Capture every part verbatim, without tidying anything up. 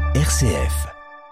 R C F.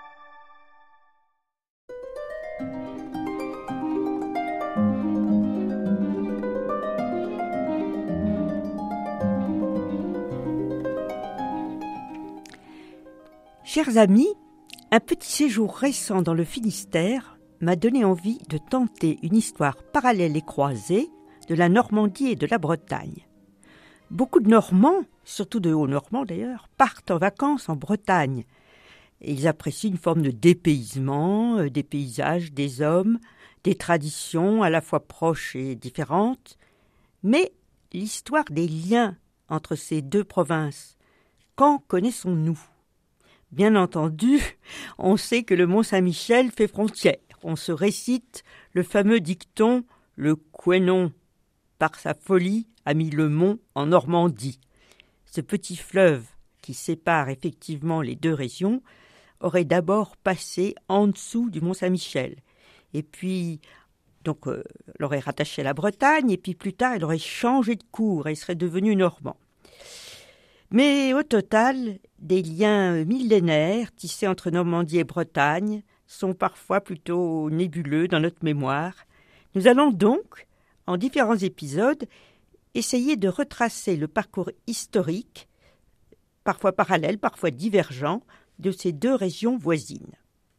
Chers amis, un petit séjour récent dans le Finistère m'a donné envie de tenter une histoire parallèle et croisée de la Normandie et de la Bretagne. Beaucoup de Normands, surtout de Hauts-Normands d'ailleurs, partent en vacances en Bretagne. Et ils apprécient une forme de dépaysement, euh, des paysages, des hommes, des traditions à la fois proches et différentes. Mais l'histoire des liens entre ces deux provinces, qu'en connaissons-nous ? Bien entendu, on sait que le Mont-Saint-Michel fait frontière. On se récite le fameux dicton « Le Couesnon, par sa folie, a mis le mont en Normandie ». Ce petit fleuve qui sépare effectivement les deux régions aurait d'abord passé en dessous du Mont-Saint-Michel. Et puis, donc, euh, l'aurait rattaché à la Bretagne, et puis plus tard, il aurait changé de cours et il serait devenu normand. Mais au total, des liens millénaires tissés entre Normandie et Bretagne sont parfois plutôt nébuleux dans notre mémoire. Nous allons donc, en différents épisodes, essayer de retracer le parcours historique, parfois parallèle, parfois divergent, de ces deux régions voisines.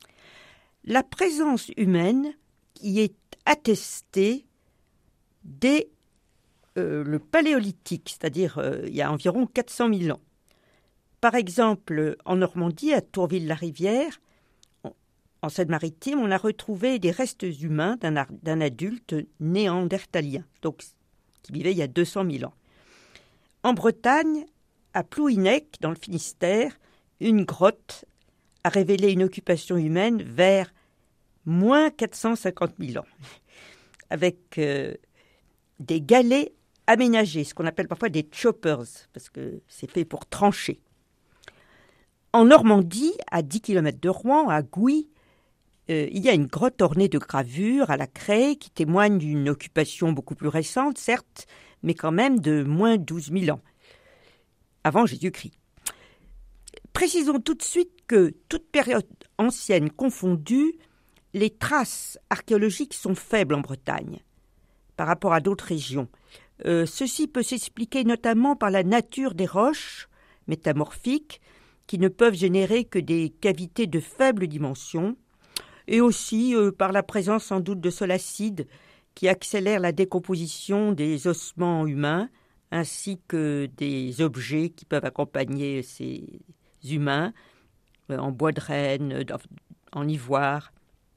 La présence humaine y est attestée dès euh, le Paléolithique, c'est-à-dire euh, il y a environ quatre cent mille ans. Par exemple, en Normandie, à Tourville-la-Rivière, en Seine-Maritime, on a retrouvé des restes humains d'un, ar- d'un adulte néandertalien, donc qui vivait il y a deux cent mille ans. En Bretagne, à Plouhinec, dans le Finistère, une grotte a révélé une occupation humaine vers moins quatre cent cinquante mille ans, avec euh, des galets aménagés, ce qu'on appelle parfois des choppers, parce que c'est fait pour trancher. En Normandie, à dix kilomètres de Rouen, à Gouy, euh, il y a une grotte ornée de gravures à la craie qui témoigne d'une occupation beaucoup plus récente, certes, mais quand même de moins douze mille ans, avant Jésus-Christ. Précisons tout de suite que, toute période ancienne confondue, les traces archéologiques sont faibles en Bretagne par rapport à d'autres régions. Euh, ceci peut s'expliquer notamment par la nature des roches métamorphiques qui ne peuvent générer que des cavités de faible dimension, et aussi euh, par la présence sans doute de sol acide qui accélère la décomposition des ossements humains ainsi que des objets qui peuvent accompagner ces humains euh, en bois de renne, en ivoire.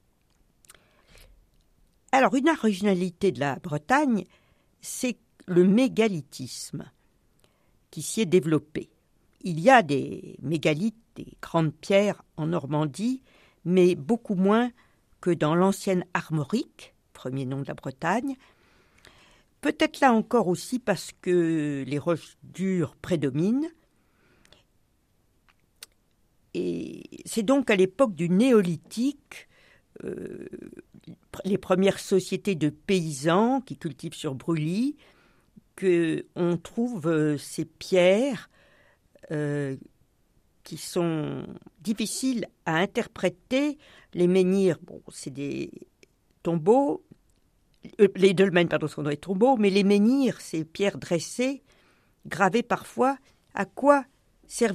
Alors, une originalité de la Bretagne, c'est le mégalithisme qui s'y est développé. Il y a des mégalithes, des grandes pierres en Normandie, mais beaucoup moins que dans l'ancienne Armorique, premier nom de la Bretagne. Peut-être là encore aussi parce que les roches dures prédominent. Et c'est donc à l'époque du Néolithique, euh, les premières sociétés de paysans qui cultivent sur brûlis, qu'on trouve euh, ces pierres euh, qui sont difficiles à interpréter. Les menhirs, bon, c'est des tombeaux, euh, les dolmens, pardon, sont des tombeaux, mais les menhirs, ces pierres dressées, gravées parfois, à quoi servaient-ils ?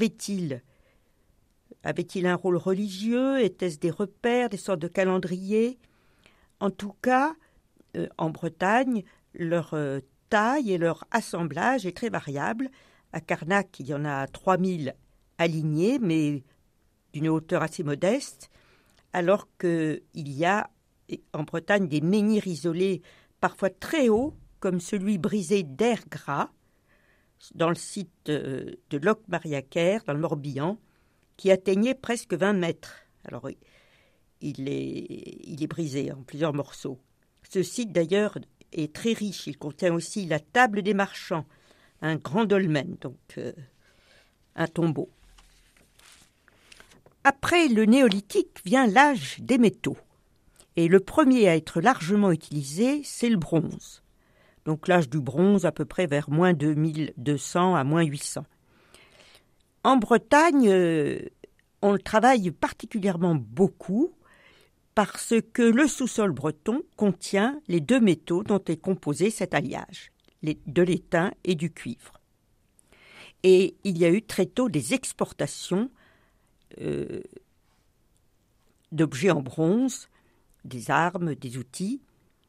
Avait-il un rôle religieux ? Étaient-ce des repères, des sortes de calendriers ? En tout cas, euh, en Bretagne, leur euh, taille et leur assemblage est très variable. À Carnac, il y en a trois mille alignés, mais d'une hauteur assez modeste, alors qu'il y a en Bretagne des menhirs isolés parfois très hauts, comme celui brisé d'Airgras, dans le site de, de Locmariaquer, dans le Morbihan, qui atteignait presque vingt mètres. Alors, il est, il est brisé en plusieurs morceaux. Ce site, d'ailleurs, est très riche. Il contient aussi la table des marchands, un grand dolmen, donc euh, un tombeau. Après le néolithique vient l'âge des métaux. Et le premier à être largement utilisé, c'est le bronze. Donc l'âge du bronze à peu près vers moins deux mille deux cents à moins huit cents. En Bretagne, euh, on le travaille particulièrement beaucoup parce que le sous-sol breton contient les deux métaux dont est composé cet alliage, de l'étain et du cuivre. Et il y a eu très tôt des exportations euh, d'objets en bronze, des armes, des outils.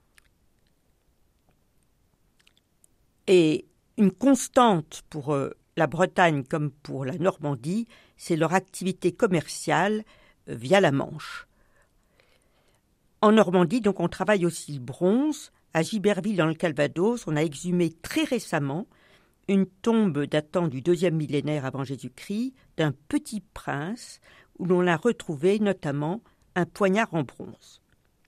Et une constante pour euh, la Bretagne comme pour la Normandie, c'est leur activité commerciale euh, via la Manche. En Normandie, donc, on travaille aussi le bronze. À Giberville, dans le Calvados, on a exhumé très récemment une tombe datant du deuxième millénaire avant Jésus-Christ d'un petit prince où l'on a retrouvé notamment un poignard en bronze.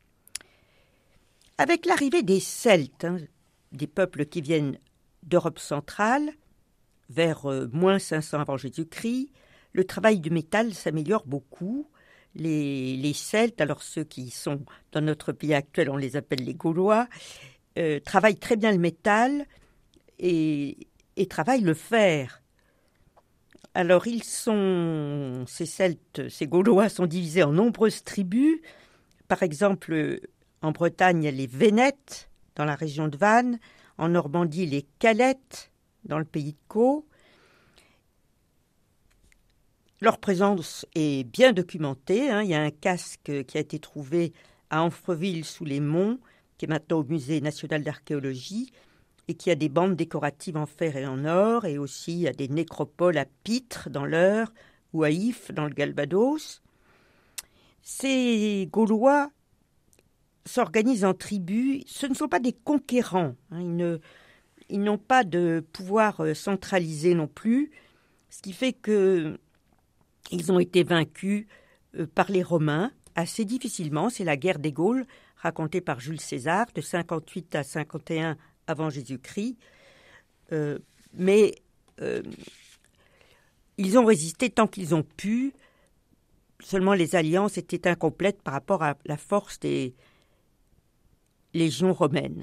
Avec l'arrivée des Celtes, hein, des peuples qui viennent d'Europe centrale, vers euh, moins cinq cents avant Jésus-Christ, le travail du métal s'améliore beaucoup. Les, les Celtes, alors ceux qui sont dans notre pays actuel, on les appelle les Gaulois, euh, travaillent très bien le métal et, et travaillent le fer. Alors ils sont, ces Celtes, ces Gaulois sont divisés en nombreuses tribus. Par exemple, en Bretagne, il y a les Vénètes, dans la région de Vannes. En Normandie, les Calettes, dans le pays de Caux. Leur présence est bien documentée. Hein. Il y a un casque qui a été trouvé à Amfreville sous les monts, qui est maintenant au Musée national d'archéologie, et qui a des bandes décoratives en fer et en or, et aussi il y a des nécropoles à Pitre dans l'Eure ou à Ifs dans le Calvados. Ces Gaulois s'organisent en tribus. Ce ne sont pas des conquérants. Hein. Ils ne, ils n'ont pas de pouvoir centralisé non plus, ce qui fait que ils ont été vaincus euh, par les Romains assez difficilement. C'est la guerre des Gaules, racontée par Jules César, de cinquante-huit à cinquante et un avant Jésus-Christ. Euh, mais euh, ils ont résisté tant qu'ils ont pu. Seulement les alliances étaient incomplètes par rapport à la force des légions romaines.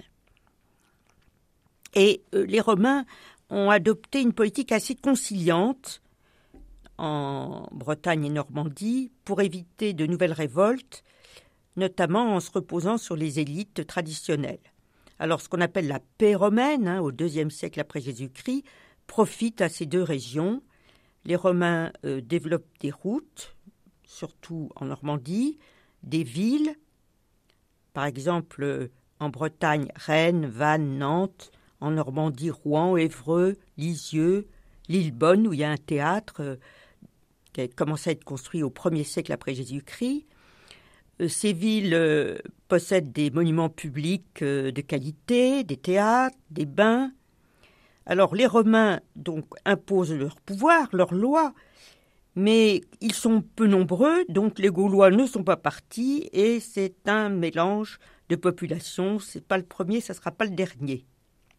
Et euh, les Romains ont adopté une politique assez conciliante en Bretagne et Normandie pour éviter de nouvelles révoltes, notamment en se reposant sur les élites traditionnelles. Alors ce qu'on appelle la paix romaine, hein, au deuxième siècle après Jésus-Christ, profite à ces deux régions. Les Romains euh, développent des routes, surtout en Normandie, des villes, par exemple euh, en Bretagne, Rennes, Vannes, Nantes, en Normandie, Rouen, Évreux, Lisieux, Lillebonne, où il y a un théâtre euh, qui a commencé à être construit au premier siècle après Jésus-Christ. Euh, ces villes euh, possèdent des monuments publics euh, de qualité, des théâtres, des bains. Alors les Romains donc imposent leur pouvoir, leurs lois, mais ils sont peu nombreux, donc les Gaulois ne sont pas partis et c'est un mélange de population. C'est pas le premier, ça sera pas le dernier.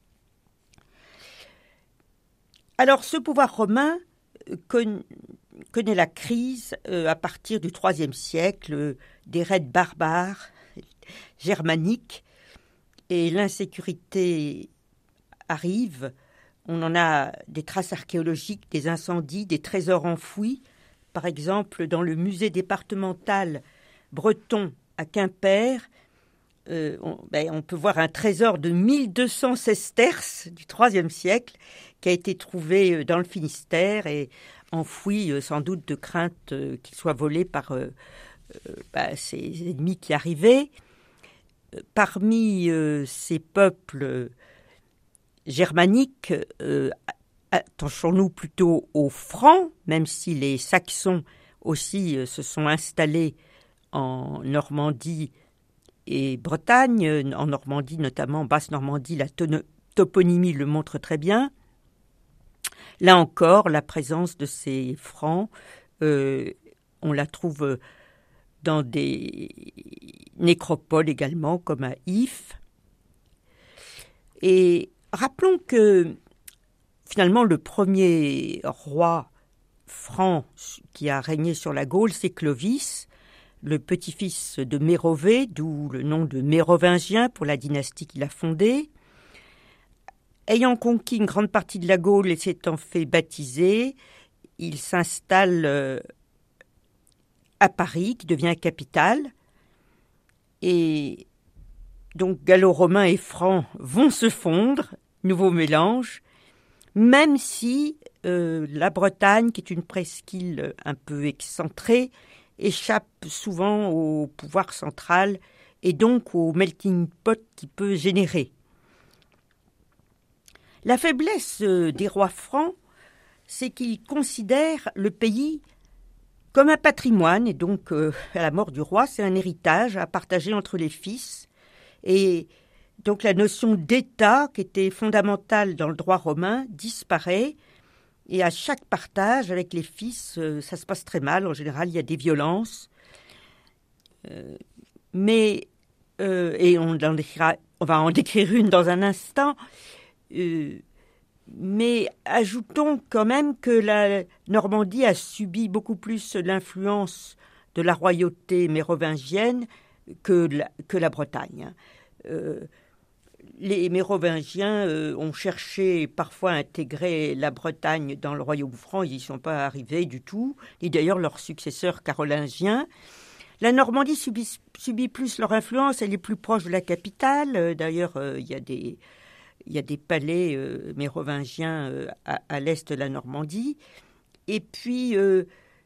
Alors ce pouvoir romain con- connaît la crise euh, à partir du troisième siècle, euh, des raids barbares germaniques, et l'insécurité arrive. On en a des traces archéologiques, des incendies, des trésors enfouis. Par exemple, dans le musée départemental breton à Quimper, euh, on, ben, on peut voir un trésor de mille deux cents sesterces du troisième siècle qui a été trouvé dans le Finistère et enfoui euh, sans doute de crainte euh, qu'il soit volé par euh, euh, bah, ses ennemis qui arrivaient. Parmi euh, ces peuples euh, germaniques, euh, attachons-nous plutôt aux Francs, même si les Saxons aussi euh, se sont installés en Normandie et Bretagne, en Normandie notamment, Basse-Normandie, la tono- toponymie le montre très bien. Là encore, la présence de ces Francs, euh, on la trouve dans des nécropoles également, comme à Ifs. Et rappelons que finalement le premier roi franc qui a régné sur la Gaule, c'est Clovis, le petit-fils de Mérové, d'où le nom de Mérovingien pour la dynastie qu'il a fondée. Ayant conquis une grande partie de la Gaule et s'étant fait baptiser, il s'installe à Paris, qui devient capitale. Et donc gallo-romains et francs vont se fondre, nouveau mélange, même si euh, la Bretagne, qui est une presqu'île un peu excentrée, échappe souvent au pouvoir central et donc au melting pot qu'il peut générer. La faiblesse des rois francs, c'est qu'ils considèrent le pays comme un patrimoine, et donc euh, à la mort du roi, c'est un héritage à partager entre les fils. Et donc la notion d'État, qui était fondamentale dans le droit romain, disparaît. Et à chaque partage avec les fils, euh, ça se passe très mal. En général, il y a des violences. Euh, mais, euh, et on, en décrira, on va en décrire une dans un instant. Euh, mais ajoutons quand même que la Normandie a subi beaucoup plus l'influence de la royauté mérovingienne que la, que la Bretagne. Euh, les Mérovingiens euh, ont cherché parfois à intégrer la Bretagne dans le royaume franc, ils n'y sont pas arrivés du tout, et d'ailleurs leurs successeurs carolingiens. La Normandie subit, subit plus leur influence, elle est plus proche de la capitale, d'ailleurs euh, il y a des, il y a des palais euh, mérovingiens euh, à, à l'est de la Normandie, et puis euh,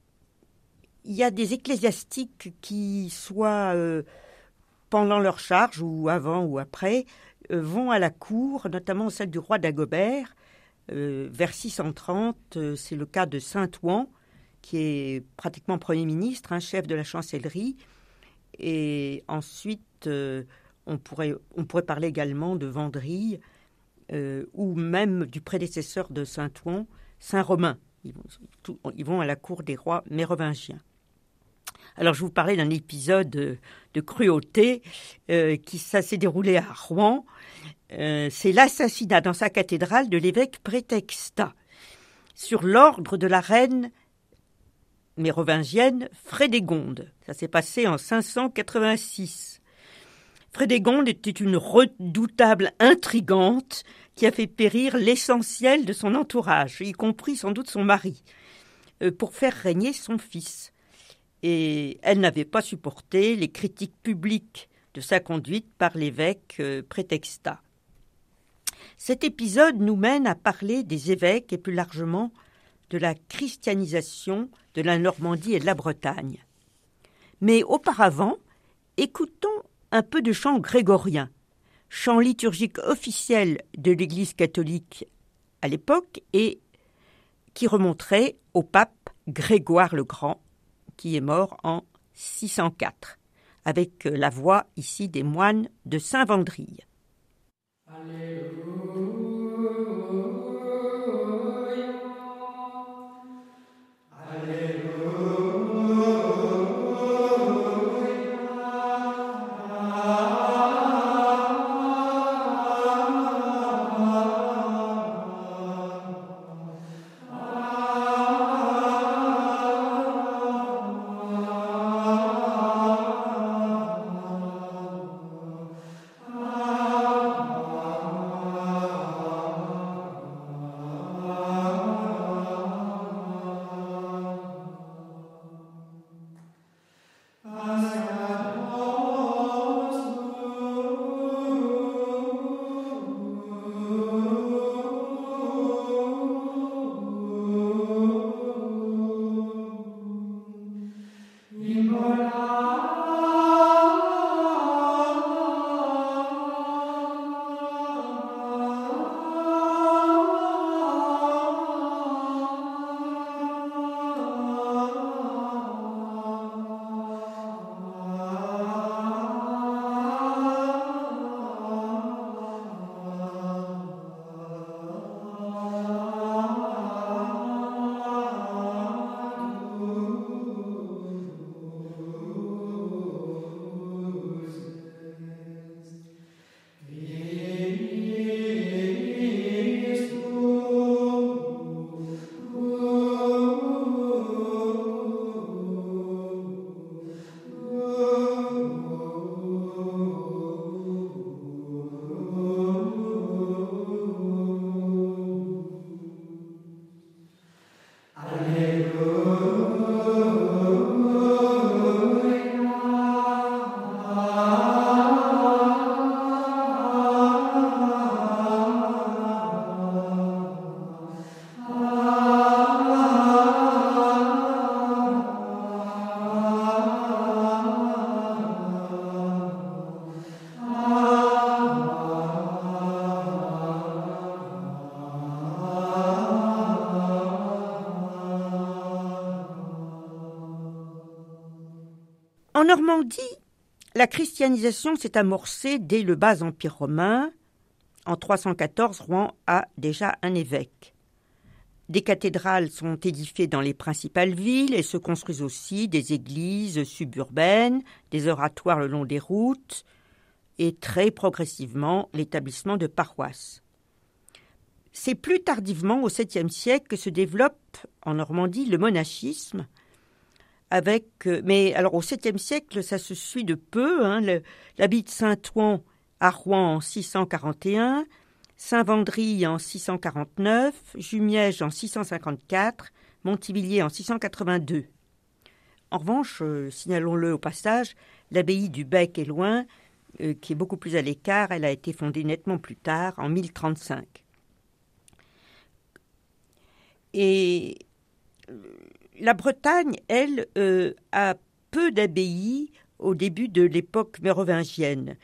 il y a des ecclésiastiques qui, soit euh, pendant leur charge ou avant ou après, euh, vont à la cour, notamment celle du roi d'Agobert, euh, vers six cent trente. Euh, c'est le cas de Saint-Ouen, qui est pratiquement Premier ministre, un chef de la chancellerie. Et ensuite, euh, on, pourrait, on pourrait parler également de Vendrille, euh, ou même du prédécesseur de Saint-Ouen, Saint-Romain. Ils vont, tout, ils vont à la cour des rois mérovingiens. Alors, je vous parlais d'un épisode de, de cruauté euh, qui ça s'est déroulé à Rouen. Euh, c'est l'assassinat dans sa cathédrale de l'évêque Prétextat sur l'ordre de la reine mérovingienne Frédégonde. Ça s'est passé en cinq cent quatre-vingt-six. Frédégonde était une redoutable intrigante qui a fait périr l'essentiel de son entourage, y compris sans doute son mari, euh, pour faire régner son fils. Et elle n'avait pas supporté les critiques publiques de sa conduite par l'évêque euh, Prétextat. Cet épisode nous mène à parler des évêques et plus largement de la christianisation de la Normandie et de la Bretagne. Mais auparavant, écoutons un peu de chant grégorien, chant liturgique officiel de l'Église catholique à l'époque et qui remonterait au pape Grégoire le Grand, qui est mort en six cent quatre, avec la voix ici des moines de Saint-Vendrille. Alléluia. En Normandie, la christianisation s'est amorcée dès le bas empire romain. En trois cent quatorze, Rouen a déjà un évêque. Des cathédrales sont édifiées dans les principales villes et se construisent aussi des églises suburbaines, des oratoires le long des routes et très progressivement l'établissement de paroisses. C'est plus tardivement, au septième siècle, que se développe en Normandie le monachisme. Avec, mais alors au septième siècle, ça se suit de peu. Hein, le, l'abbaye de Saint-Ouen à Rouen en six cent quarante et un, Saint-Vendry en six cent quarante-neuf, Jumièges en six cent cinquante-quatre, Montivilliers en six cent quatre-vingt-deux. En revanche, euh, signalons-le au passage, l'abbaye du Bec et Loing, euh, qui est beaucoup plus à l'écart, elle a été fondée nettement plus tard, en mille trente-cinq. Et la Bretagne, elle, euh, a peu d'abbayes au début de l'époque mérovingienne.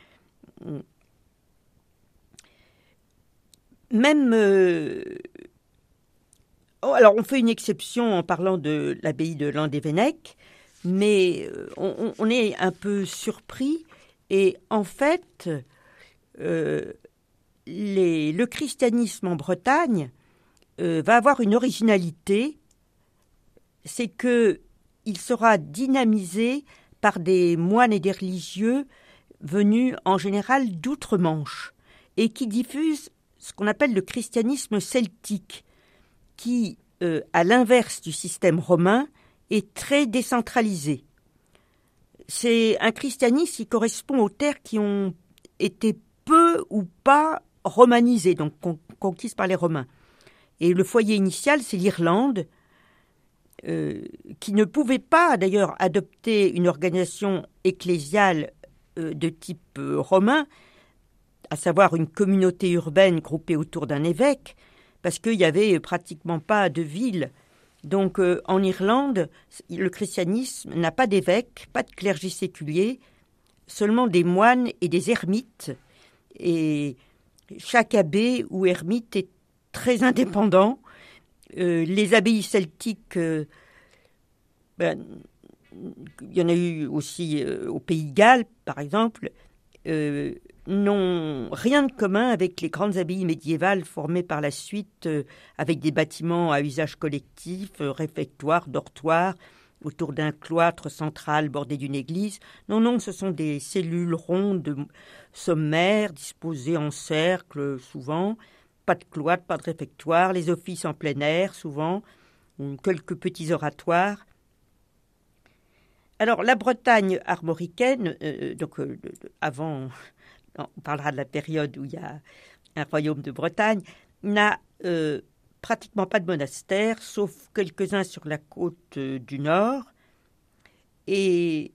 Même... Euh, oh, alors, on fait une exception en parlant de l'abbaye de Landévennec, mais on, on est un peu surpris. Et en fait, euh, les, le christianisme en Bretagne euh, va avoir une originalité, c'est qu'il sera dynamisé par des moines et des religieux venus en général d'outre-Manche et qui diffusent ce qu'on appelle le christianisme celtique, qui, euh, à l'inverse du système romain, est très décentralisé. C'est un christianisme qui correspond aux terres qui ont été peu ou pas romanisées, donc con- conquises par les Romains. Et le foyer initial, c'est l'Irlande, euh, qui ne pouvait pas d'ailleurs adopter une organisation ecclésiale euh, de type euh, romain, à savoir une communauté urbaine groupée autour d'un évêque, parce qu'il n'y avait pratiquement pas de ville. Donc euh, en Irlande, le christianisme n'a pas d'évêque, pas de clergé séculier, seulement des moines et des ermites. Et chaque abbé ou ermite est très indépendant. Euh, les abbayes celtiques, euh, ben, il y en a eu aussi euh, au Pays de Galles, par exemple, euh, n'ont rien de commun avec les grandes abbayes médiévales formées par la suite euh, avec des bâtiments à usage collectif, euh, réfectoires, dortoirs, autour d'un cloître central bordé d'une église. Non, non, ce sont des cellules rondes sommaires, disposées en cercle souvent, pas de cloître, pas de réfectoire, les offices en plein air souvent, quelques petits oratoires. Alors la Bretagne armoricaine, euh, donc euh, avant... on parlera de la période où il y a un royaume de Bretagne, n'a euh, pratiquement pas de monastère, sauf quelques-uns sur la côte euh, du nord. Et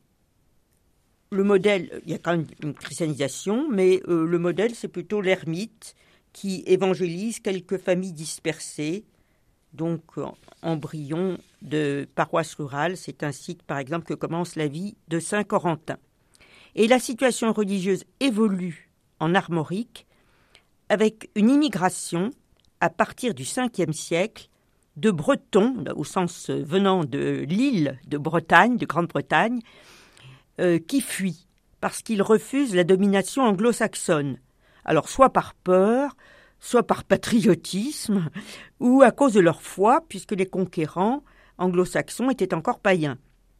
le modèle, il y a quand même une christianisation, mais euh, le modèle, c'est plutôt l'ermite qui évangélise quelques familles dispersées, donc en embryon de paroisse rurale. C'est ainsi, par exemple, que commence la vie de Saint-Corentin. Et la situation religieuse évolue en Armorique avec une immigration à partir du cinquième siècle de Bretons, au sens venant de l'île de Bretagne, de Grande-Bretagne, euh, qui fuient parce qu'ils refusent la domination anglo-saxonne. Alors soit par peur, soit par patriotisme, ou à cause de leur foi, puisque les conquérants anglo-saxons étaient encore païens.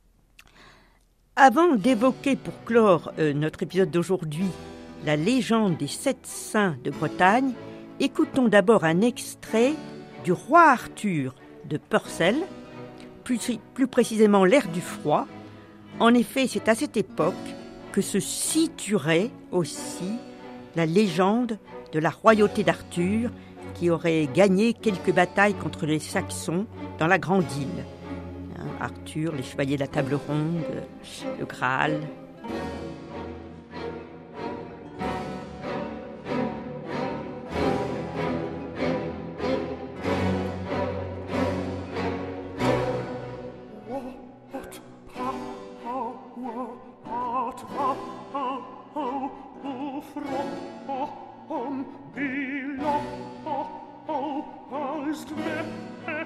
Avant d'évoquer pour clore euh, notre épisode d'aujourd'hui la légende des sept saints de Bretagne, écoutons d'abord un extrait du roi Arthur de Purcell, plus, plus précisément l'ère du froid. En effet, c'est à cette époque que se situerait aussi la légende de la royauté d'Arthur, qui aurait gagné quelques batailles contre les Saxons dans la Grande Île. Arthur, les chevaliers de la table ronde, le Graal.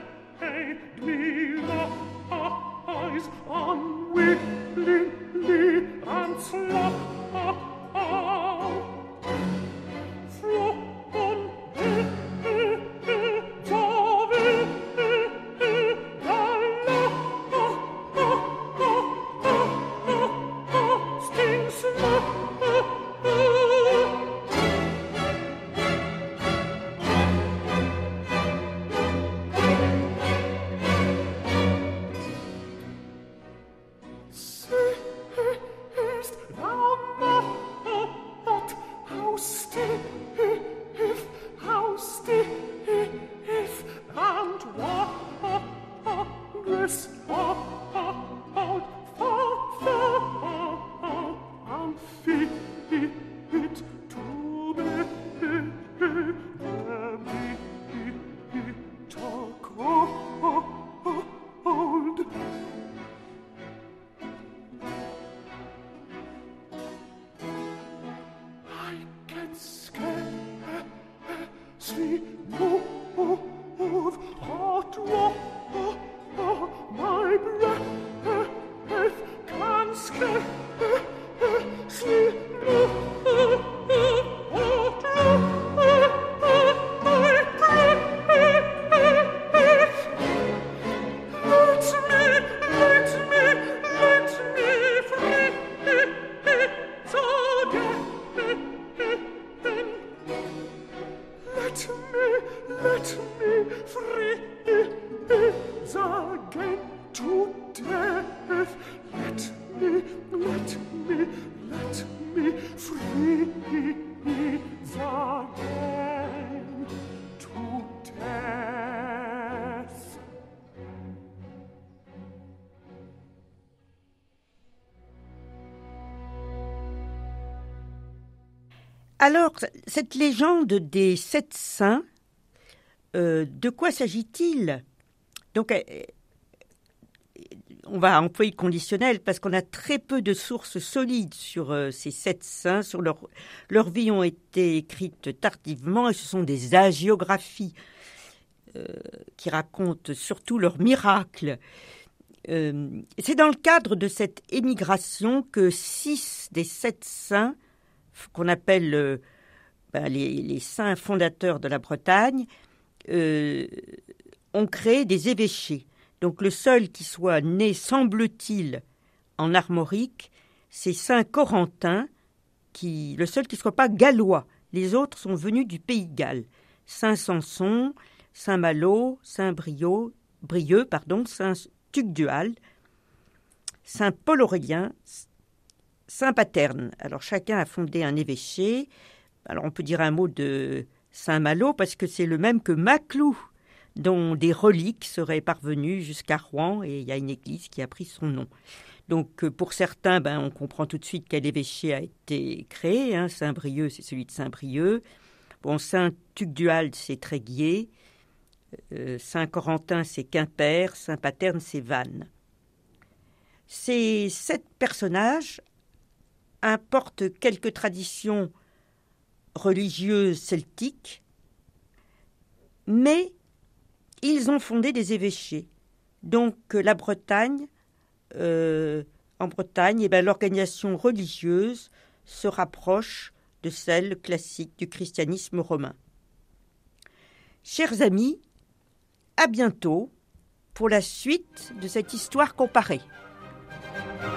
Unwillingly Alors, cette légende des sept saints, euh, de quoi s'agit-il? Donc, euh, on va employer le conditionnel parce qu'on a très peu de sources solides sur euh, ces sept saints. Sur leur, leur vie ont été écrites tardivement et ce sont des hagiographies euh, qui racontent surtout leurs miracles. Euh, c'est dans le cadre de cette émigration que six des sept saints, qu'on appelle euh, ben, les, les saints fondateurs de la Bretagne, euh, ont créé des évêchés. Donc le seul qui soit né, semble-t-il, en Armorique, c'est saint Corentin, qui, le seul qui ne soit pas gallois. Les autres sont venus du pays de Galles. Saint Samson, saint Malo, saint Brieux, Brieux pardon, saint Tugdual, saint Paul Aurélien, saint Paterne. Alors chacun a fondé un évêché. Alors on peut dire un mot de saint Malo parce que c'est le même que Maclou, dont des reliques seraient parvenues jusqu'à Rouen, et il y a une église qui a pris son nom. Donc pour certains, ben, on comprend tout de suite quel évêché a été créé. Hein. Saint-Brieuc, c'est celui de Saint-Brieuc. Bon, Saint-Tugdual, c'est Tréguier. Euh, Saint-Corentin, c'est Quimper. Saint-Paterne, c'est Vannes. Ces sept personnages importent quelques traditions religieuses celtiques, mais ils ont fondé des évêchés. Donc la Bretagne, euh, en Bretagne, eh bien, l'organisation religieuse se rapproche de celle classique du christianisme romain. Chers amis, à bientôt pour la suite de cette histoire comparée.